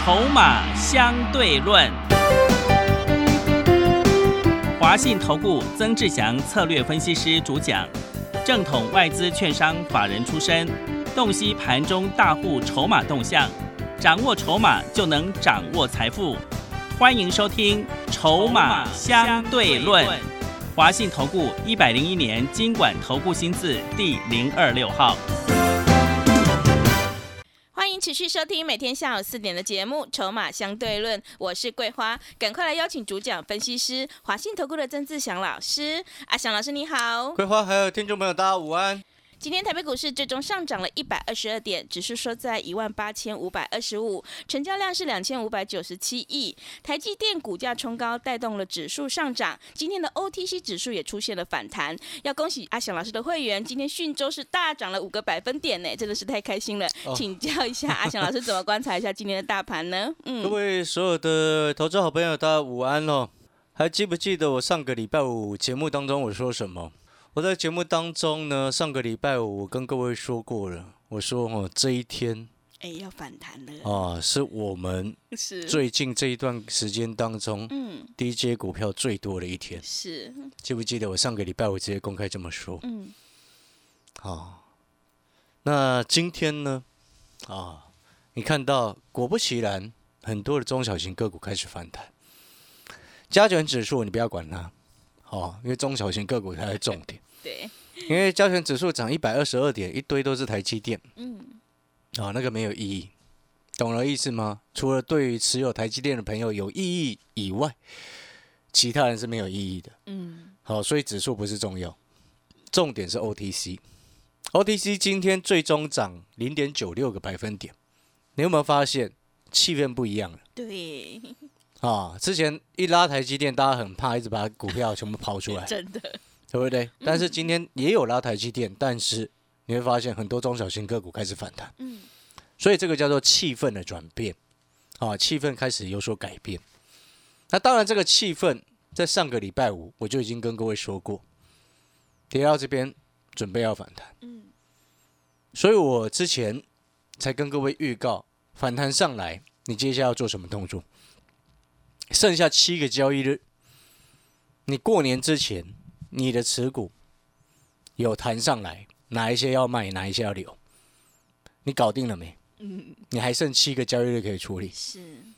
筹码相对论。华信投顾曾志祥策略分析师主讲，正统外资券商法人出身，洞悉盘中大户筹码动向，掌握筹码就能掌握财富。欢迎收听《筹码相对论》。华信投顾101年金管投顾新字第026号。 欢迎持续收听每天下午4点的节目《筹码相对论》，我是桂花，赶快来邀请主讲分析师华信投顾的曾志祥老师。阿祥老师你好。 桂花还有听众朋友大家午安。 今天台北股市最终上涨了122点，指数收在18525，成交量是2597亿。台积电股价冲高，带动了指数上涨。今天的 OTC 指数也出现了反弹，要恭喜阿翔老师的会员，今天讯州是大涨了5个百分点呢，真的是太开心了。请教一下阿翔老师，怎么观察一下今天的大盘呢？ 各位所有的投资好朋友，大家午安哦。还记不记得我上个礼拜五节目当中我说什么？我在节目当中呢，上个礼拜五我跟各位说过了，我说这一天要反弹了是我们最近这一段时间当中低阶股票最多的一天。 是， 记不记得我上个礼拜五直接公开这么说？那今天呢？你看到果不其然，很多的中小型个股开始反弹。加权指数你不要管它。因为中小型个股才是重点。 对， 因为加权指数涨122点，一堆都是台积电。那个没有意义，懂了意思吗？除了对于持有台积电的朋友有意义以外，其他人是没有意义的。所以指数不是重要，重点是 OTC。OTC 今天最终涨0.96个百分点，你有没有发现气氛不一样了？ 对。 之前一拉台积电，大家很怕，一直把股票全部抛出来， 真的， 对不对？但是今天也有拉台积电，但是你会发现很多中小型个股开始反弹，所以这个叫做气氛的转变，气氛开始有所改变。那当然，这个气氛在上个礼拜五我就已经跟各位说过，跌到这边准备要反弹，所以我之前才跟各位预告，反弹上来，你接下来要做什么动作？剩下7个交易日，你过年之前，你的持股有弹上来，哪一些要卖，哪一些要留，你搞定了没？你还剩7个交易日可以处理。 是。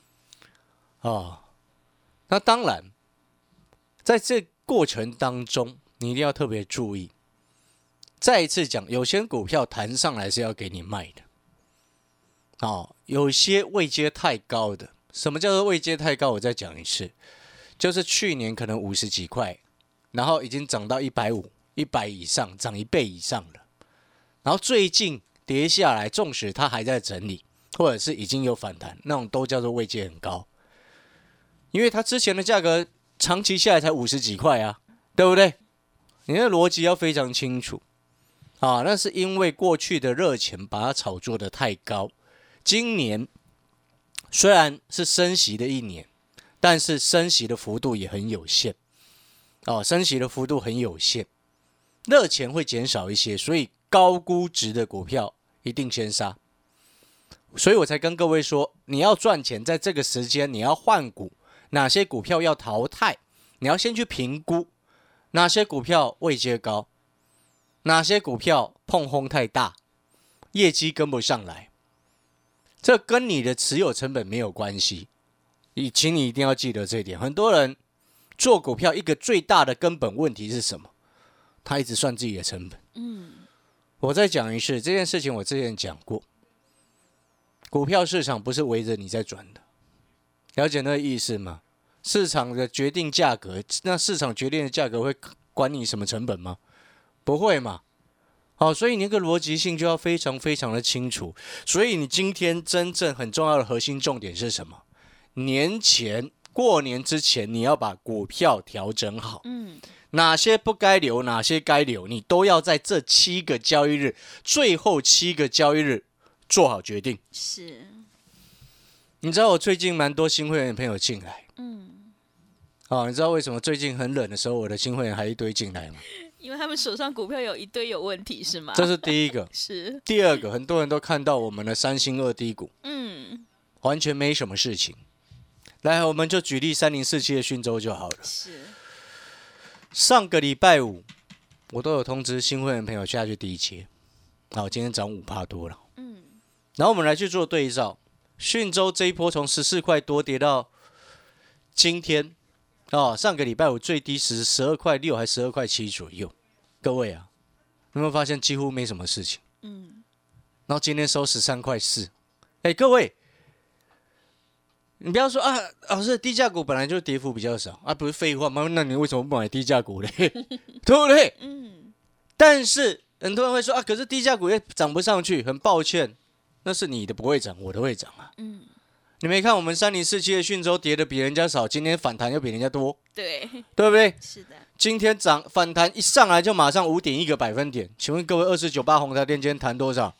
那当然，在这过程当中，你一定要特别注意。再一次讲，有些股票弹上来是要给你卖的。有些位阶太高的。什么叫做位阶太高？我再讲一次，就是去年可能50几块，然后已经涨到150、100以上，涨1倍以上了。然后最近跌下来，纵使它还在整理，或者是已经有反弹，那种都叫做位阶很高，因为它之前的价格长期下来才50几块啊，对不对？你的逻辑要非常清楚那是因为过去的热钱把它炒作的太高，今年。虽然是升息的一年，但是升息的幅度也很有限。升息的幅度很有限，热钱会减少一些，所以高估值的股票一定先杀。所以我才跟各位说，你要赚钱，在这个时间你要换股，哪些股票要淘汰，你要先去评估哪些股票位阶高，哪些股票碰轰太大，业绩跟不上来。这跟你的持有成本没有关系，请你一定要记得这一点。很多人做股票一个最大的根本问题是什么？他一直算自己的成本。我再讲一次，这件事情我之前讲过，股票市场不是围着你在转的，了解那个意思吗？市场的决定价格，那市场决定的价格会管你什么成本吗？不会嘛。所以你那个逻辑性就要非常非常的清楚。所以你今天真正很重要的核心重点是什么？年前过年之前，你要把股票调整好。哪些不该留，哪些该留，你都要在这7个交易日，最后7个交易日做好决定。 是。 你知道我最近蛮多新会员的朋友进来。你知道为什么最近很冷的时候，我的新会员还一堆进来吗？ 因为他们手上股票有一堆有问题，是吗？ 这是第一个。 是。 第二个，很多人都看到我们的3星2低股。 完全没什么事情。来，我们就举例3047的讯州就好了。 是， 上个礼拜五，我都有通知新会员朋友下去低接，好，今天涨5%多了。然后我们来去做对照，讯州这一波从14块多跌到今天，上个礼拜五最低时12块6还12块7左右。各位啊，有没有发现几乎没什么事情？然后今天收13块4，各位，你不要说啊，老师低价股本来就跌幅比较少啊，不是废话吗？那你为什么不买低价股嘞？对不对？但是很多人会说啊，可是低价股也涨不上去，很抱歉，那是你的不会涨，我的会涨啊。你没看我们3047的讯州跌的比人家少，今天反弹又比人家多， 对， 对不对？ 是的， 今天反弹一上来就马上5.1个百分点，请问各位2498宏达电今天弹多少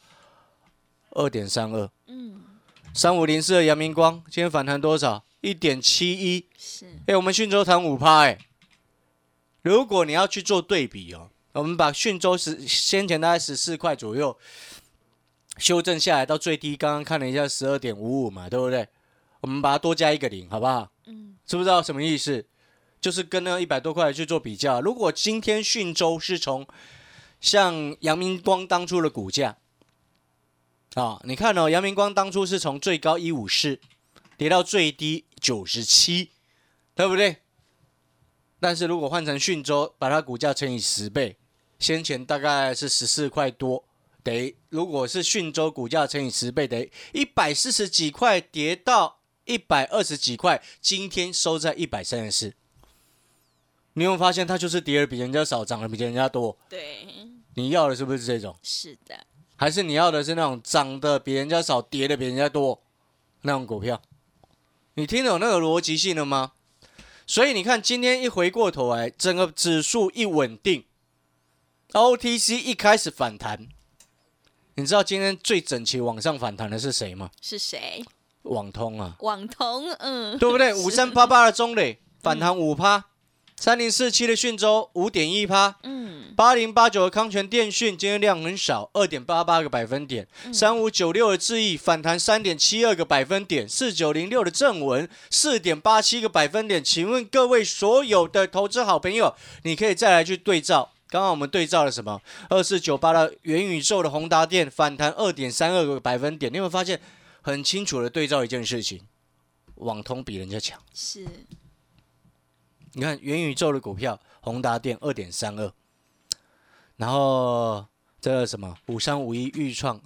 ？2.32。3504的阳明光今天反弹多少？1.71。 是， 我们讯州弹5%，如果你要去做对比哦，我们把讯州先前大概14块左右修正下来到最低，刚刚看了一下12.55嘛，对不对？我们把它多加一个0，好不好？知不知道什么意思？就是跟那100多块去做比较。如果今天讯州是从像阳明光当初的股价你看阳明光当初是从最高154跌到最低97，对不对？但是如果换成讯州，把它股价乘以10倍，先前大概是14块多，如果是讯州股价乘以10倍，得140几块跌到120几块，今天收在134。你有没有发现它就是跌的比人家少，涨的比人家多？ 对， 你要的是不是这种？ 是的， 还是你要的是那种涨的比人家少，跌的比人家多那种股票？你听懂那个逻辑性了吗？所以你看，今天一回过头来，整个指数一稳定 ，OTC 一开始反弹，你知道今天最整齐往上反弹的是谁吗？ 是谁？ 网通啊， 网通， 对不对？5388的中磊反弹5%，3047的讯州5.1%，8089的康泉电讯今天量很少，2.88个百分点，3596的智毅反弹3.72个百分点，4906的正文4.87个百分点。请问各位所有的投资好朋友，你可以再来去对照，刚刚我们对照了什么？2498的元宇宙的宏达电反弹2.32个百分点，你有没有发现很清楚的对照一件事情？网通比人家强。 是。 你看元宇宙的股票，宏达电2.32，然后这个什么5351裕创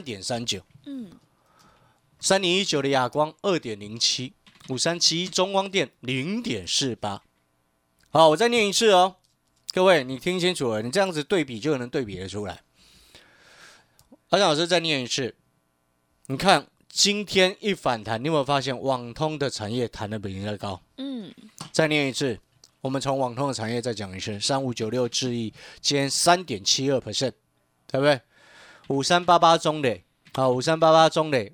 3.39，3019的亚光2.07，5371中光电0.48。好，我再念一次哦，各位你听清楚了，你这样子对比就能对比得出来。阿翔老师再念一次，你看今天一反弹，你有没有发现网通的产业弹得比人家高？再念一次，我们从网通的产业再讲一次，3596智毅今天3.72%，对不对？5388中磊，5388中磊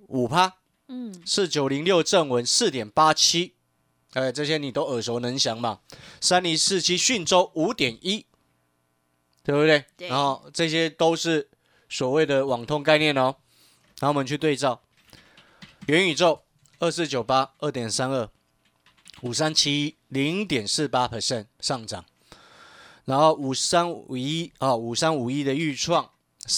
5%，4906正文4.87%，这些你都耳熟能详嘛。3047讯州5.1%，对不对？ 对。 然后这些都是所谓的网通概念哦。然后我们去对照元宇宙2498 2.32。5371 0.48% 上涨，然后5351的裕创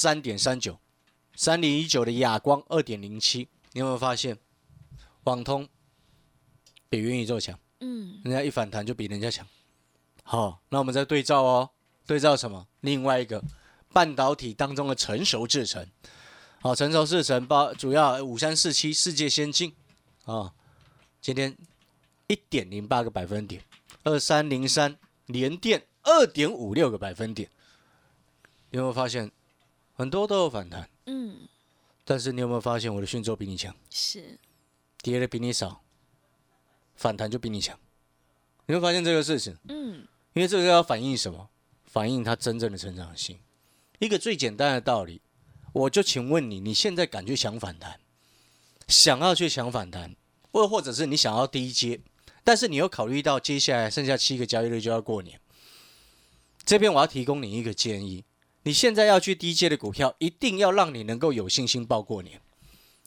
3.39，3019的亚光2.07，你有没有发现网通比元宇宙强？人家一反弹就比人家强。好，那我们再对照哦，对照什么？另外一个半导体当中的成熟制程，好，成熟制程主要5347世界先进今天1.08个百分点，2303联电2.56个百分点，你有没有发现很多都有反弹？但是你有没有发现我的讯州比你强？ 是， 跌的比你少，反弹就比你强。你会发现这个事情？因为这个要反映什么？反映它真正的成长性。一个最简单的道理，我就请问你，你现在敢去抢反弹？想要去抢反弹，或者是你想要低接？但是你又考虑到接下来剩下7个交易日就要过年，这边我要提供你一个建议：你现在要去低阶的股票，一定要让你能够有信心抱过年。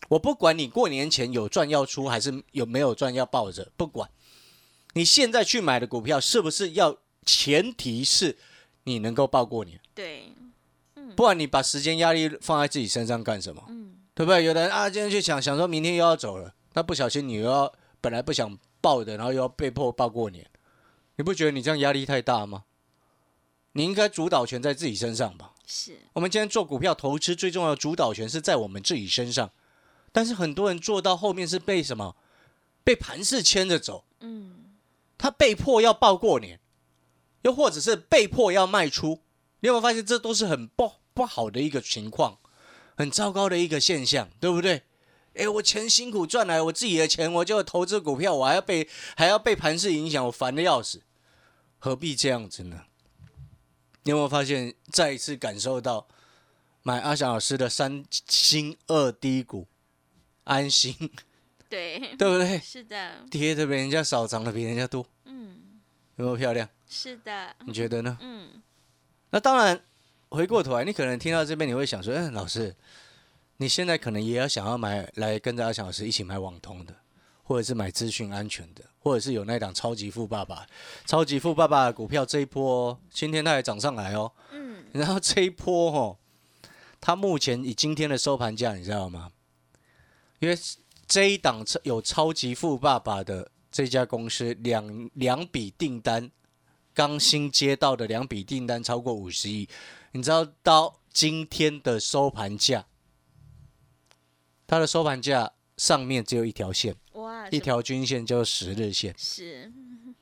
我不管你过年前有赚要出还是有没有赚要抱着，不管你现在去买的股票是不是要，前提是你能够抱过年。 对， 不然你把时间压力放在自己身上干什么？对不对？有的人啊，今天去想说明天又要走了，那不小心你又要本来不想抱的，然后又要被迫抱过年，你不觉得你这样压力太大吗？你应该主导权在自己身上吧？ 是我们今天做股票投资最重要的主导权是在我们自己身上，但是很多人做到后面是被什么？被盘势牵着走。他被迫要抱过年，又或者是被迫要卖出。你有没有发现这都是很不好的一个情况，很糟糕的一个现象，对不对？我钱辛苦赚来，我自己的钱，我就投资股票，我还要被盘势影响，我烦得要死，何必这样子呢？你有没有发现，再一次感受到买阿翔老师的3星2低股，安心， 对， 对不对？ 是的， 跌的比人家少，涨的比人家多，有没有漂亮？ 是的， 你觉得呢？那当然，回过头来，你可能听到这边，你会想说，老师，你现在可能也要想要买来跟着阿翔老师一起买网通的，或者是买资讯安全的，或者是有那档超级富爸爸的股票这一波，今天它也涨上来哦。然后这一波它目前以今天的收盘价，你知道吗？因为这一档有超级富爸爸的这家公司两笔订单。刚新接到的2笔订单超过50亿，你知道到今天的收盘价，它的收盘价上面只有一条线， 哇， 一条均线叫10日线， 是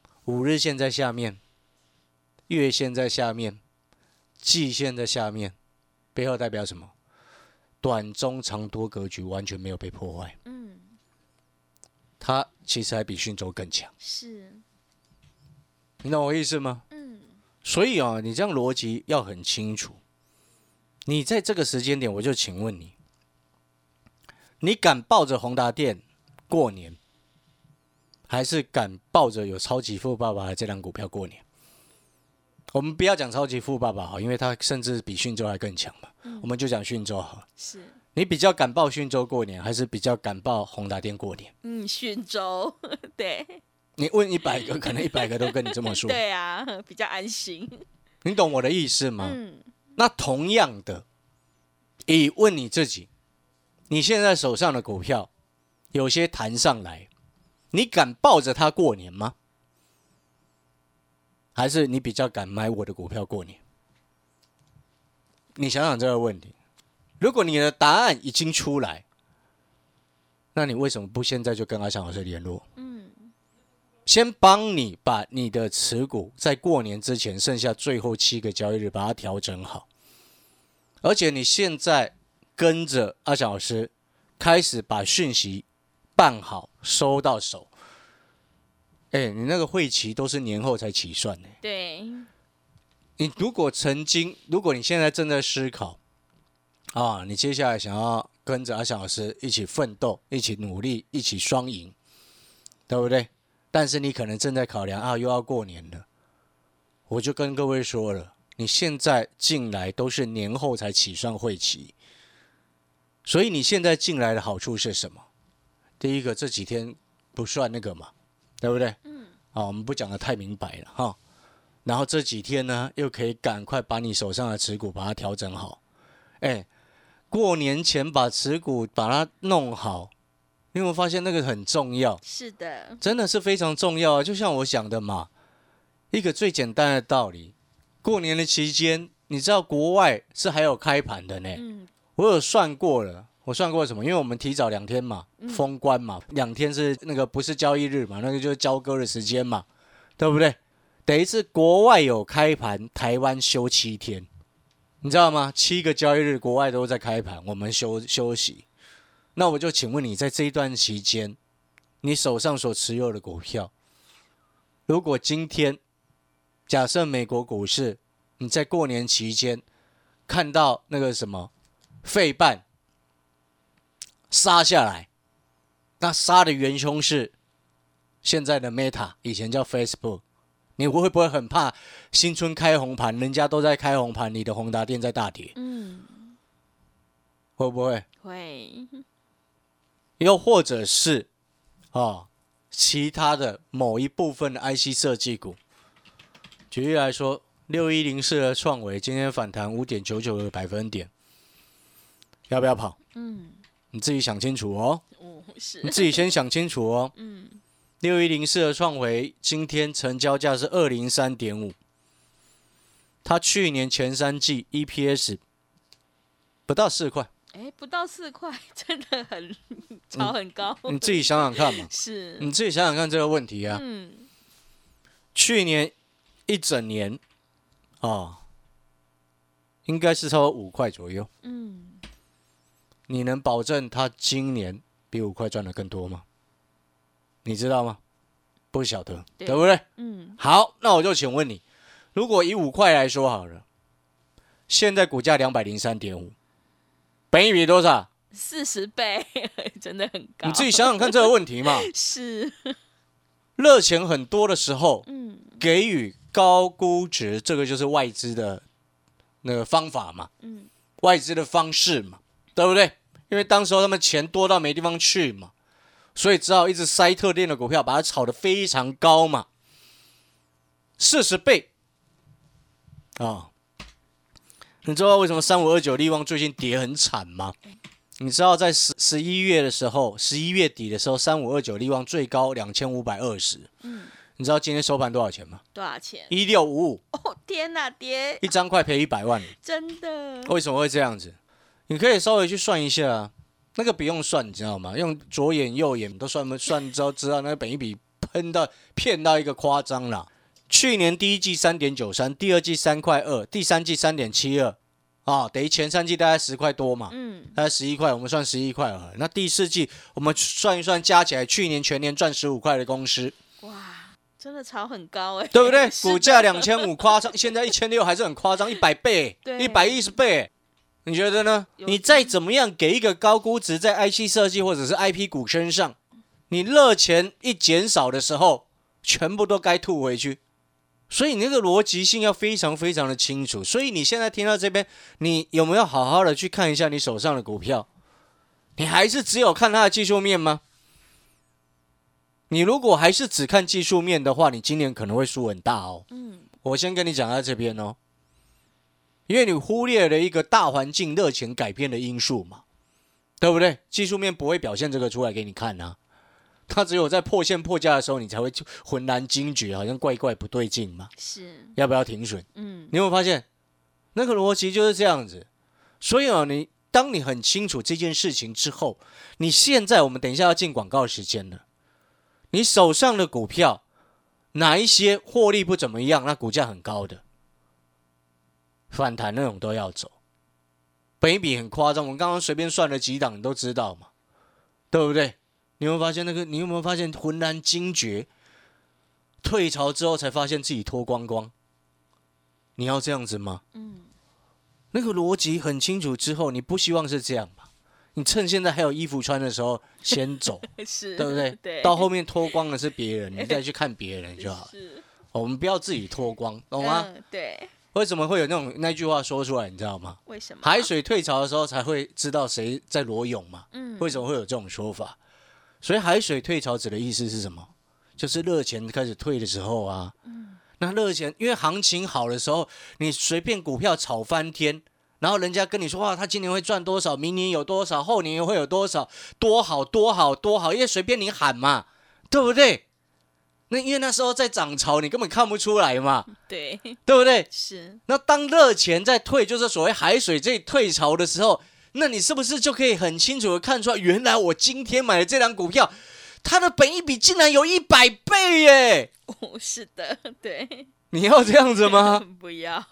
5日线在下面，月线在下面，季线在下面，背后代表什么？短中长多格局完全没有被破坏。它其实还比讯州更强。 是。 你懂我意思吗？所以你这样逻辑要很清楚。你在这个时间点，我就请问你，你敢抱着宏达电过年，还是敢抱着有超级富爸爸的这档股票过年？我们不要讲超级富爸爸好，因为他甚至比讯州还更强嘛。我们就讲讯州好。 是。 你比较敢抱讯州过年，还是比较敢抱宏达电过年？ 讯州，对。 你问100个，可能100个都跟你这么说。 对啊，比较安心。 你懂我的意思吗？那同样的，以问你自己，你现在手上的股票有些弹上来，你敢抱着它过年吗？还是你比较敢买我的股票过年？你想想这个问题。如果你的答案已经出来，那你为什么不现在就跟阿翔老师联络？先帮你把你的持股在过年之前剩下最后7个交易日把它调整好，而且你现在跟着阿翔老师开始把讯息办好收到手。你那个会期都是年后才起算呢。 对。 你如果你现在正在思考你接下来想要跟着阿翔老师一起奋斗，一起努力，一起双赢，对不对？但是你可能正在考量又要过年了，我就跟各位说了，你现在进来都是年后才起算会期，所以你现在进来的好处是什么？第一个，这几天不算那个嘛，对不对？我们不讲得太明白了哈。然后这几天呢，又可以赶快把你手上的持股把它调整好。过年前把持股把它弄好。你有没有发现那个很重要？ 是的， 真的是非常重要啊！就像我讲的嘛，一个最简单的道理，过年的期间，你知道国外是还有开盘的呢。我有算过了，我算过什么？因为我们提早2天嘛，封关嘛，2天是那个不是交易日嘛，那个就是交割的时间嘛，对不对？等于是国外有开盘，台湾休7天，你知道吗？7个交易日，国外都在开盘，我们休息。那我就请问你，在这一段期间，你手上所持有的股票，如果今天假设美国股市你在过年期间看到那个什么费半杀下来，那杀的元凶是现在的 Meta， 以前叫 Facebook， 你会不会很怕新春开红盘，人家都在开红盘，你的宏达电在大跌？会不会？ 会。 又或者是其他的某一部分的 IC 设计股。举例来说，6104的创惟今天反弹5.99个百分点，要不要跑？你自己想清楚哦。 是， 你自己先想清楚哦。6104的创惟今天成交价是203.5，它去年前3季 EPS 不到4块。 不到4块，真的超很高。 你自己想想看嘛。 是， 你自己想想看这个问题啊。去年一整年应该是超过5块左右。你能保证他今年比5块赚的更多吗？你知道吗？不晓得， 对不对？好，那我就请问你，如果以5块来说好了，现在股价203.5，本益比多少 ？40倍，真的很高。 你自己想想看这个问题嘛。 是， 热钱很多的时候，给予高估值，这个就是外资的那个方法嘛，外资的方式嘛，对不对？因为当时候他们钱多到没地方去嘛，所以只好一直塞特定的股票，把它炒得非常高嘛。40倍你知道为什么3529力旺最近跌很惨吗？你知道在11月的时候，11月底的时候，3529力旺最高2520。你知道今天收盘多少钱吗？ 多少钱 ？1655。 天哪，跌一张快赔100万。 真的？ 为什么会这样子？你可以稍微去算一下啊，那个不用算，你知道吗？用左眼右眼都算知道那个本益比骗到一个夸张啦。去年第一季3.93，第二季3块2，第三季3.72，等于前3季大概10块多嘛，大概11块，我们算11块了。那第四季我们算一算，加起来去年全年赚15块的公司， 哇，真的炒很高对不对？股价2500夸张，现在1600还是很夸张，100倍，110倍。你觉得呢？你再怎么样给一个高估值在 IC 设计或者是 IP 股身上，你热钱一减少的时候，全部都该吐回去。所以你那个逻辑性要非常非常的清楚。所以你现在听到这边，你有没有好好的去看一下你手上的股票？你还是只有看它的技术面吗？你如果还是只看技术面的话，你今年可能会输很大哦。我先跟你讲到这边哦。因为你忽略了一个大环境热钱改变的因素嘛，对不对？技术面不会表现这个出来给你看啊，它只有在破线破价的时候，你才会浑然惊觉，好像怪怪不对劲嘛。 是， 要不要停损？你有没有发现那个逻辑就是这样子？所以当你很清楚这件事情之后，你现在我们等一下要进广告时间了，你手上的股票哪一些获利不怎么样，那股价很高的？反弹那种都要走，本益比很夸张，我们刚刚随便算了几档，你都知道嘛，对不对？你有没有发现你有没有发现浑然惊觉？退潮之后才发现自己脱光光，你要这样子吗？那个逻辑很清楚之后，你不希望是这样吧？你趁现在还有衣服穿的时候先走， 是， 对不对？ 对， 到后面脱光的是别人，你再去看别人就好。我们不要自己脱光，懂吗？ 对。 为什么会有那句话说出来？你知道吗？ 为什么？ 海水退潮的时候才会知道谁在裸泳嘛。为什么会有这种说法？所以海水退潮指的意思是什么？就是热钱开始退的时候啊。那热钱因为行情好的时候，你随便股票炒翻天，然后人家跟你说哇，他今年会赚多少，明年有多少，后年又会有多少，多好多好多好，因为随便你喊嘛，对不对？那因为那时候在涨潮，你根本看不出来嘛， 对不对？ 是。 那当热钱在退，就是所谓海水这退潮的时候，那你是不是就可以很清楚的看出来，原来我今天买的这档股票，它的本益比竟然有100倍耶！ 是的，对。 你要这样子吗？ 不要。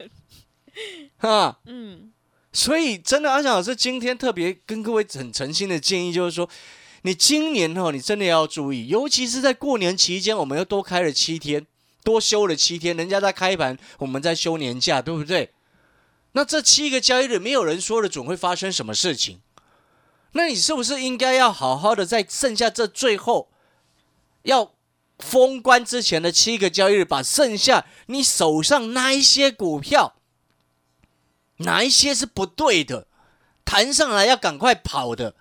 所以真的，阿翔老师今天特别跟各位很诚心的建议，就是说，你今年你真的要注意，尤其是在过年期间，我们又多开了7天，多休了7天，人家在开盘，我们在休年假，对不对？那这7个交易日，没有人说得准会发生什么事情。那你是不是应该要好好的在剩下这最后要封关之前的7个交易日，把剩下你手上那一些股票，哪一些是不对的，弹上来要赶快跑的，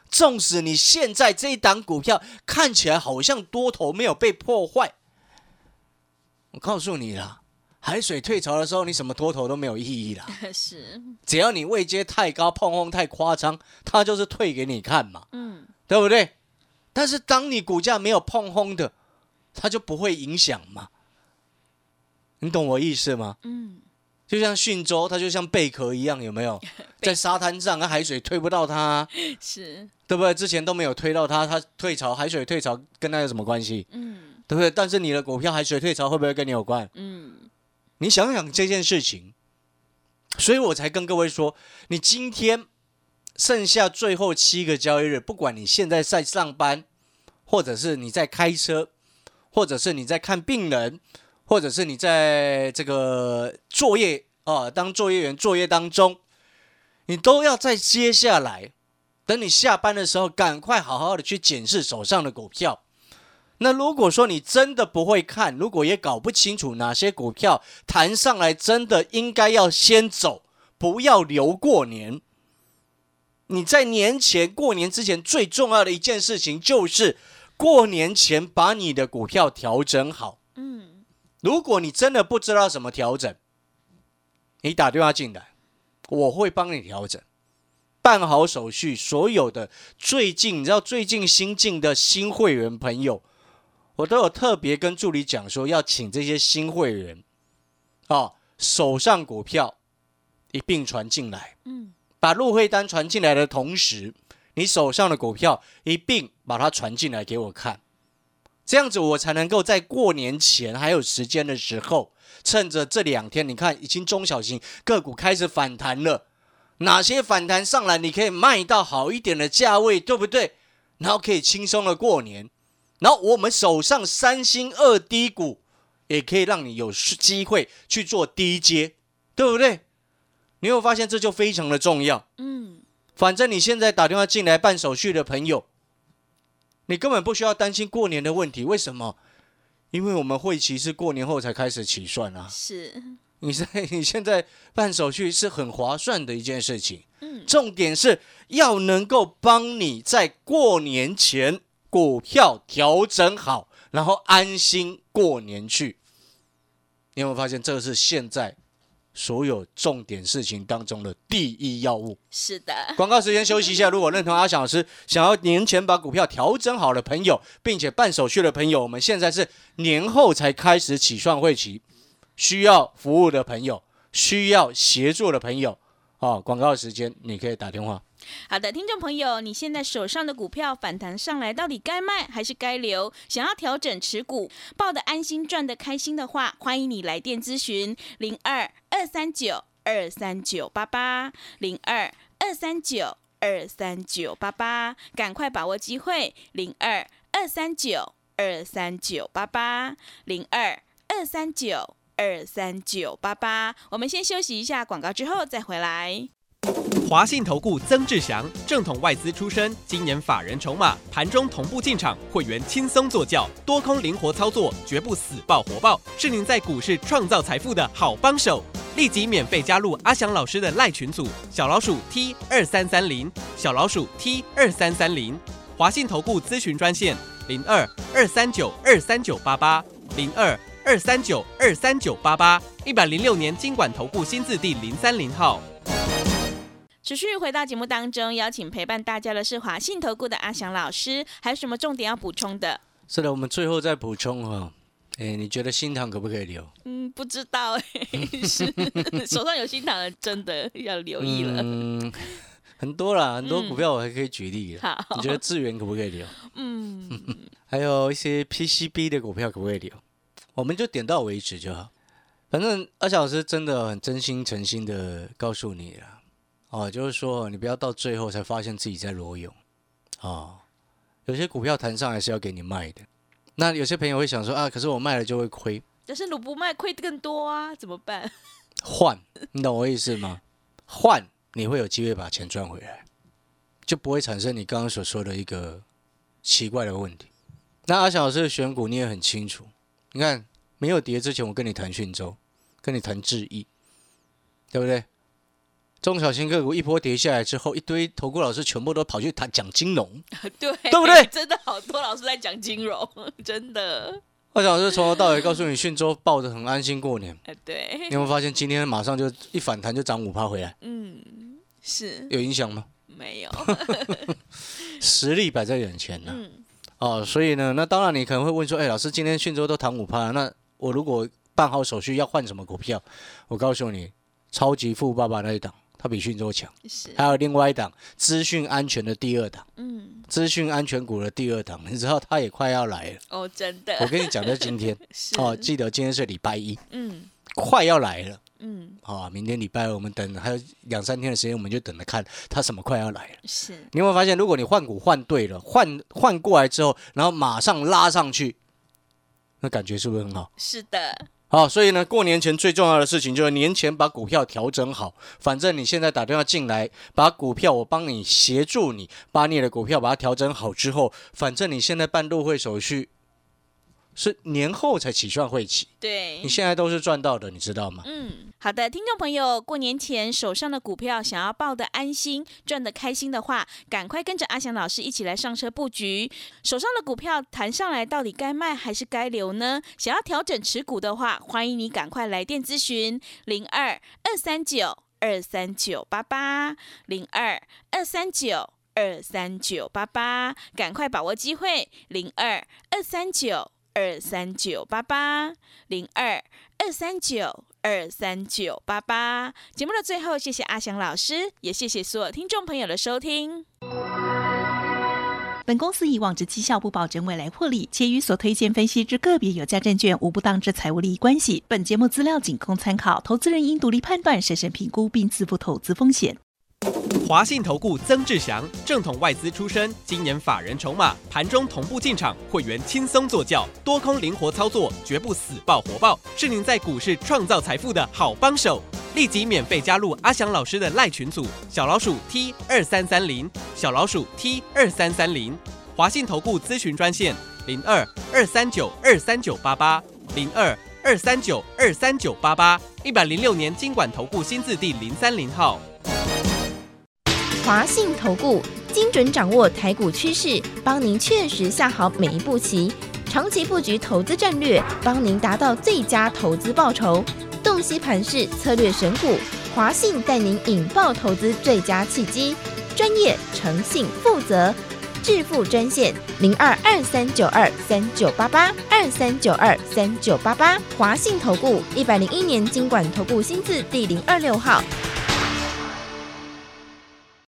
纵使你现在这一档股票看起来好像多头没有被破坏，我告诉你啦，海水退潮的时候，你什么多头都没有意义啦。 是， 只要你位阶太高，碰轰太夸张，它就是退给你看嘛，对不对？但是当你股价没有碰轰的，它就不会影响嘛。你懂我意思吗？就像讯州，它就像贝壳一样，有没有？在沙滩上，海水推不到它， 是， 对不对？之前都没有推到它，它退潮，海水退潮跟它有什么关系？对不对？但是你的股票海水退潮会不会跟你有关？你想想这件事情，所以我才跟各位说，你今天剩下最后7个交易日，不管你现在在上班，或者是你在开车，或者是你在看病人，或者是你在这个作业当作业员作业当中，你都要在接下来等你下班的时候，赶快好好的去检视手上的股票。那如果说你真的不会看，如果也搞不清楚哪些股票弹上来真的应该要先走，不要留过年。你在年前过年之前最重要的一件事情就是过年前把你的股票调整好。如果你真的不知道怎么调整，你打电话进来，我会帮你调整，办好手续。所有的你知道最近新进的新会员朋友，我都有特别跟助理讲说，要请这些新会员手上股票一并传进来，把入会单传进来的同时，你手上的股票一并把它传进来给我看，这样子我才能够在过年前还有时间的时候，趁着这2天，你看已经中小型个股开始反弹了，哪些反弹上来你可以卖到好一点的价位，对不对？然后可以轻松的过年，然后我们手上3星2低股也可以让你有机会去做低阶，对不对？你有发现这就非常的重要。反正你现在打电话进来办手续的朋友，你根本不需要担心过年的问题。为什么？因为我们会期是过年后才开始起算啊。 是， 你现在办手续是很划算的一件事情。重点是要能够帮你在过年前股票调整好，然后安心过年去。你有没有发现这是现在所有重点事情当中的第一要务？ 是的。 广告时间休息一下。如果认同阿翔老师想要年前把股票调整好的朋友，并且办手续的朋友，我们现在是年后才开始起算会期，需要服务的朋友，需要协助的朋友，广告时间你可以打电话。 好的，听众朋友，你现在手上的股票反弹上来，到底该卖还是该留？想要调整持股，抱得安心，赚得开心的话，欢迎你来电咨询02-239-23988，02-239-23988，赶快把握机会，02-239-238，02-239-23988。我们先休息一下广告，之后再回来。 华信投顾曾志祥，正统外资出身，今年法人筹码，盘中同步进场，会员轻松做教，多空灵活操作，绝不死抱活抱，是您在股市创造财富的好帮手。立即免费加入阿翔老师的赖群组，小老鼠 T2330，小老鼠 T2330，华信投顾咨询专线02-239-23988，02-239-23988，106年金管投顾新字第030号。 持续回到节目当中，邀请陪伴大家的是华信投顾的阿翔老师，还有什么重点要补充的？ 是的，我们最后再补充你觉得新塘可不可以留？ 不知道是手上有新塘的，真的要留意了。 很多啦，很多股票我还可以举例了。 好， 你觉得智源可不可以留？还有一些 PCB 的股票可不可以留？我们就点到为止就好。反正阿翔老师真的很真心诚心的告诉你了。就是说你不要到最后才发现自己在裸泳有些股票弹上来是要给你卖的。那有些朋友会想说可是我卖了就会亏， 但是如不卖亏更多啊，怎么办？ 换，你懂我意思吗？换你会有机会把钱赚回来，就不会产生你刚刚所说的一个奇怪的问题。那阿翔老师的选股你也很清楚，你看没有跌之前我跟你谈讯州，跟你谈智易，对不对？ 中小型个股一波跌下来之后，一堆投顾老师全部都跑去讲金融， 对， 对不对？ 真的好多老师在讲金融，真的。 我想是从头到尾告诉你，讯州抱着很安心过年。 对。 你有没有发现今天马上就一反弹就涨5%回来？ 是有影响吗？ 没有， 实力摆在眼前呢。所以呢，那当然你可能会问说，老师今天讯州都涨5%，那我如果办好手续要换什么股票？我告诉你，超级富爸爸那一档，它比讯州强。还有另外一档资讯安全的第2档，资讯安全股的第2档，你知道它也快要来了。 真的。 我跟你讲，在今天，记得今天是礼拜1，快要来了。明天礼拜2，我们等还有2-3天的时间，我们就等着看它什么快要来了。 是， 你有没有发现，如果你换股换对了，换过来之后，然后马上拉上去，那感觉是不是很好？ 是的。 好，所以呢，过年前最重要的事情就是年前把股票调整好。反正你现在打电话进来，把股票我帮你协助你，把你的股票把它调整好之后，反正你现在办入会手续是年后才起算会期， 对， 你现在都是赚到的，你知道吗？ 好的，听众朋友，过年前手上的股票想要抱得安心、赚得开心的话，赶快跟着阿翔老师一起来上车布局。手上的股票弹上来，到底该卖还是该留呢？想要调整持股的话，欢迎你赶快来电咨询02-239-23988 02-239-23988，赶快把握机会02-239-23988 02-239-23988。节目的最后，谢谢阿翔老师，也谢谢所有听众朋友的收听。 本公司以往之绩效不保证未来获利，且与所推荐分析之个别有价证券无不当之财务利益关系。本节目资料仅供参考，投资人应独立判断、审慎评估并自负投资风险。 华信投顾曾志祥，正统外资出身，今年法人筹码，盘中同步进场，会员轻松做教，多空灵活操作，绝不死抱活抱，是您在股市创造财富的好帮手。立即免费加入阿翔老师的赖群组，小老鼠 T2330，小老鼠 T2330，华信投顾咨询专线02-239-23988 02-239-23988，106年金管投顾新字第030号。 华信投顾精准掌握台股趋势，帮您确实下好每一步棋，长期布局投资战略，帮您达到最佳投资报酬。洞悉盘势，策略选股，华信带您引爆投资最佳契机，专业、诚信、负责，致富专线02-2392-3988 2392-3988，华信投顾101年金管投顾新字第026号。